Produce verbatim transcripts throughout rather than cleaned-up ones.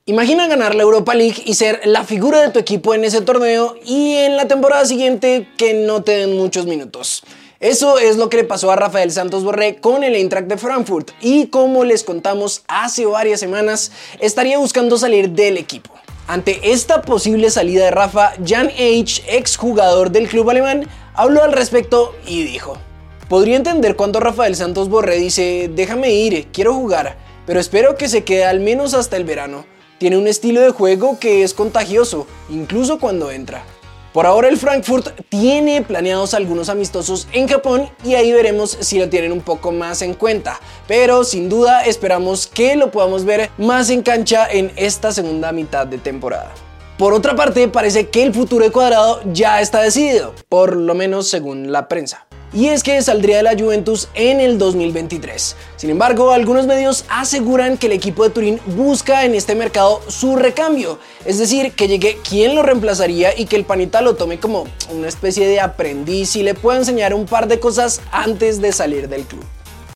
Imagina ganar la Europa League y ser la figura de tu equipo en ese torneo y en la temporada siguiente que no te den muchos minutos. Eso es lo que le pasó a Rafael Santos Borré con el Eintracht de Frankfurt y, como les contamos hace varias semanas, estaría buscando salir del equipo. Ante esta posible salida de Rafa, Jan H., exjugador del club alemán, habló al respecto y dijo: podría entender cuando Rafael Santos Borré dice déjame ir, quiero jugar, pero espero que se quede al menos hasta el verano. Tiene un estilo de juego que es contagioso, incluso cuando entra. Por ahora el Frankfurt tiene planeados algunos amistosos en Japón y ahí veremos si lo tienen un poco más en cuenta, pero sin duda esperamos que lo podamos ver más en cancha en esta segunda mitad de temporada. Por otra parte, parece que el futuro de Cuadrado ya está decidido, por lo menos según la prensa. Y es que saldría de la Juventus en el dos mil veintitrés. Sin embargo, algunos medios aseguran que el equipo de Turín busca en este mercado su recambio, es decir, que llegue quien lo reemplazaría y que el panita lo tome como una especie de aprendiz y le pueda enseñar un par de cosas antes de salir del club.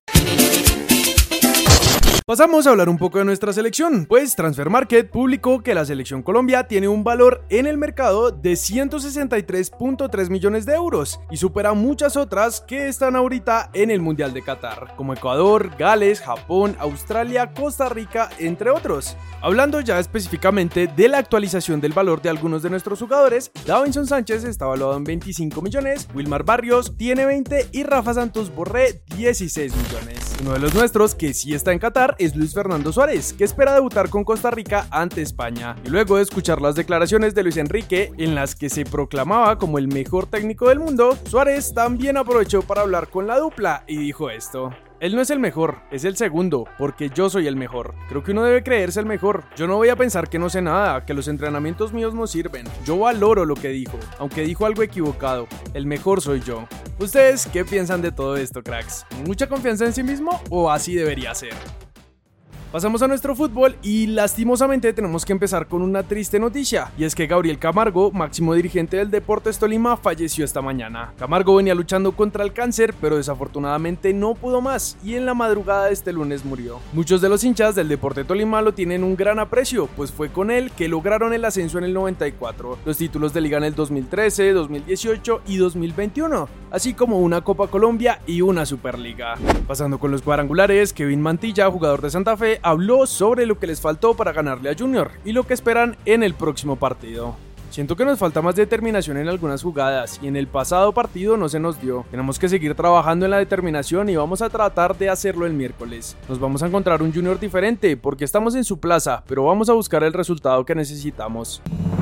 Pasamos a hablar un poco de nuestra selección, pues Transfer Market publicó que la selección Colombia tiene un valor en el mercado de ciento sesenta y tres punto tres millones de euros y supera muchas otras que están ahorita en el Mundial de Qatar, como Ecuador, Gales, Japón, Australia, Costa Rica, entre otros. Hablando ya específicamente de la actualización del valor de algunos de nuestros jugadores, Davinson Sánchez está valuado en veinticinco millones, Wilmar Barrios tiene veinte y Rafa Santos Borré dieciséis millones. Uno de los nuestros que sí está en Qatar es Luis Fernando Suárez, que espera debutar con Costa Rica ante España. Y luego de escuchar las declaraciones de Luis Enrique, en las que se proclamaba como el mejor técnico del mundo, Suárez también aprovechó para hablar con la dupla y dijo esto: él no es el mejor, es el segundo, porque yo soy el mejor. Creo que uno debe creerse el mejor. Yo no voy a pensar que no sé nada, que los entrenamientos míos no sirven. Yo valoro lo que dijo, aunque dijo algo equivocado. El mejor soy yo. ¿Ustedes qué piensan de todo esto, cracks? ¿Mucha confianza en sí mismo o así debería ser? Pasamos a nuestro fútbol y lastimosamente tenemos que empezar con una triste noticia, y es que Gabriel Camargo, máximo dirigente del Deportes Tolima, falleció esta mañana. Camargo venía luchando contra el cáncer, pero desafortunadamente no pudo más y en la madrugada de este lunes murió. Muchos de los hinchas del Deportes Tolima lo tienen un gran aprecio, pues fue con él que lograron el ascenso en el noventa y cuatro, los títulos de liga en el dos mil trece, dos mil dieciocho y dos mil veintiuno, así como una Copa Colombia y una Superliga. Pasando con los cuadrangulares, Kevin Mantilla, jugador de Santa Fe, habló sobre lo que les faltó para ganarle a Junior y lo que esperan en el próximo partido. Siento que nos falta más determinación en algunas jugadas y en el pasado partido no se nos dio. Tenemos que seguir trabajando en la determinación y vamos a tratar de hacerlo el miércoles. Nos vamos a encontrar un Junior diferente porque estamos en su plaza, pero vamos a buscar el resultado que necesitamos.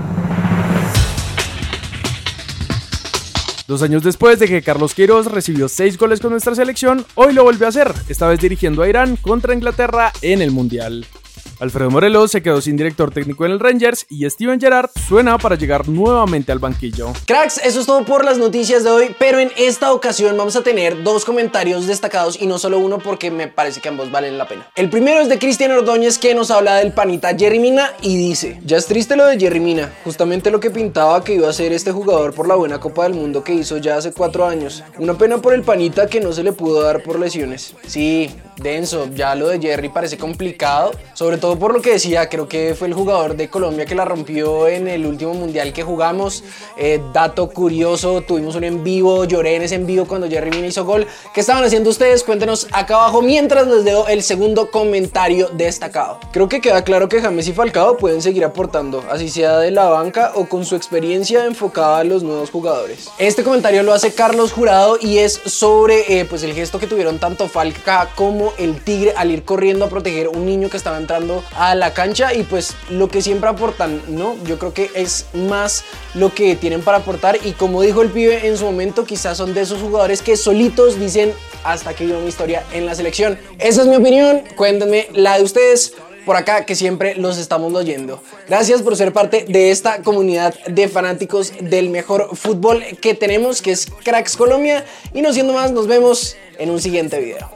Dos años después de que Carlos Queiroz recibió seis goles con nuestra selección, hoy lo volvió a hacer, esta vez dirigiendo a Irán contra Inglaterra en el Mundial. Alfredo Morelos se quedó sin director técnico en el Rangers y Steven Gerrard suena para llegar nuevamente al banquillo. Cracks, eso es todo por las noticias de hoy, pero en esta ocasión vamos a tener dos comentarios destacados y no solo uno, porque me parece que ambos valen la pena. El primero es de Cristian Ordóñez, que nos habla del panita Yerry Mina y dice: ya es triste lo de Yerry Mina, justamente lo que pintaba que iba a ser este jugador por la buena Copa del Mundo que hizo ya hace cuatro años. Una pena por el panita que no se le pudo dar por lesiones. Sí, denso, ya lo de Yerry parece complicado, sobre todo por lo que decía. Creo que fue el jugador de Colombia que la rompió en el último mundial que jugamos. Eh, dato curioso, tuvimos un en vivo, lloré en ese en vivo cuando Yerry Mina hizo gol. ¿Qué estaban haciendo ustedes? Cuéntenos acá abajo mientras les leo el segundo comentario destacado. Creo que queda claro que James y Falcao pueden seguir aportando, así sea de la banca o con su experiencia enfocada a los nuevos jugadores. Este comentario lo hace Carlos Jurado y es sobre eh, pues el gesto que tuvieron tanto Falcao como el Tigre al ir corriendo a proteger un niño que estaba entrando a la cancha, y pues lo que siempre aportan, ¿no? Yo creo que es más lo que tienen para aportar, y como dijo el pibe en su momento, quizás son de esos jugadores que solitos dicen hasta que llegó mi historia en la selección. Esa es mi opinión, cuéntenme la de ustedes por acá, que siempre los estamos oyendo. Gracias por ser parte de esta comunidad de fanáticos del mejor fútbol que tenemos, que es Cracks Colombia, y no siendo más, nos vemos en un siguiente video.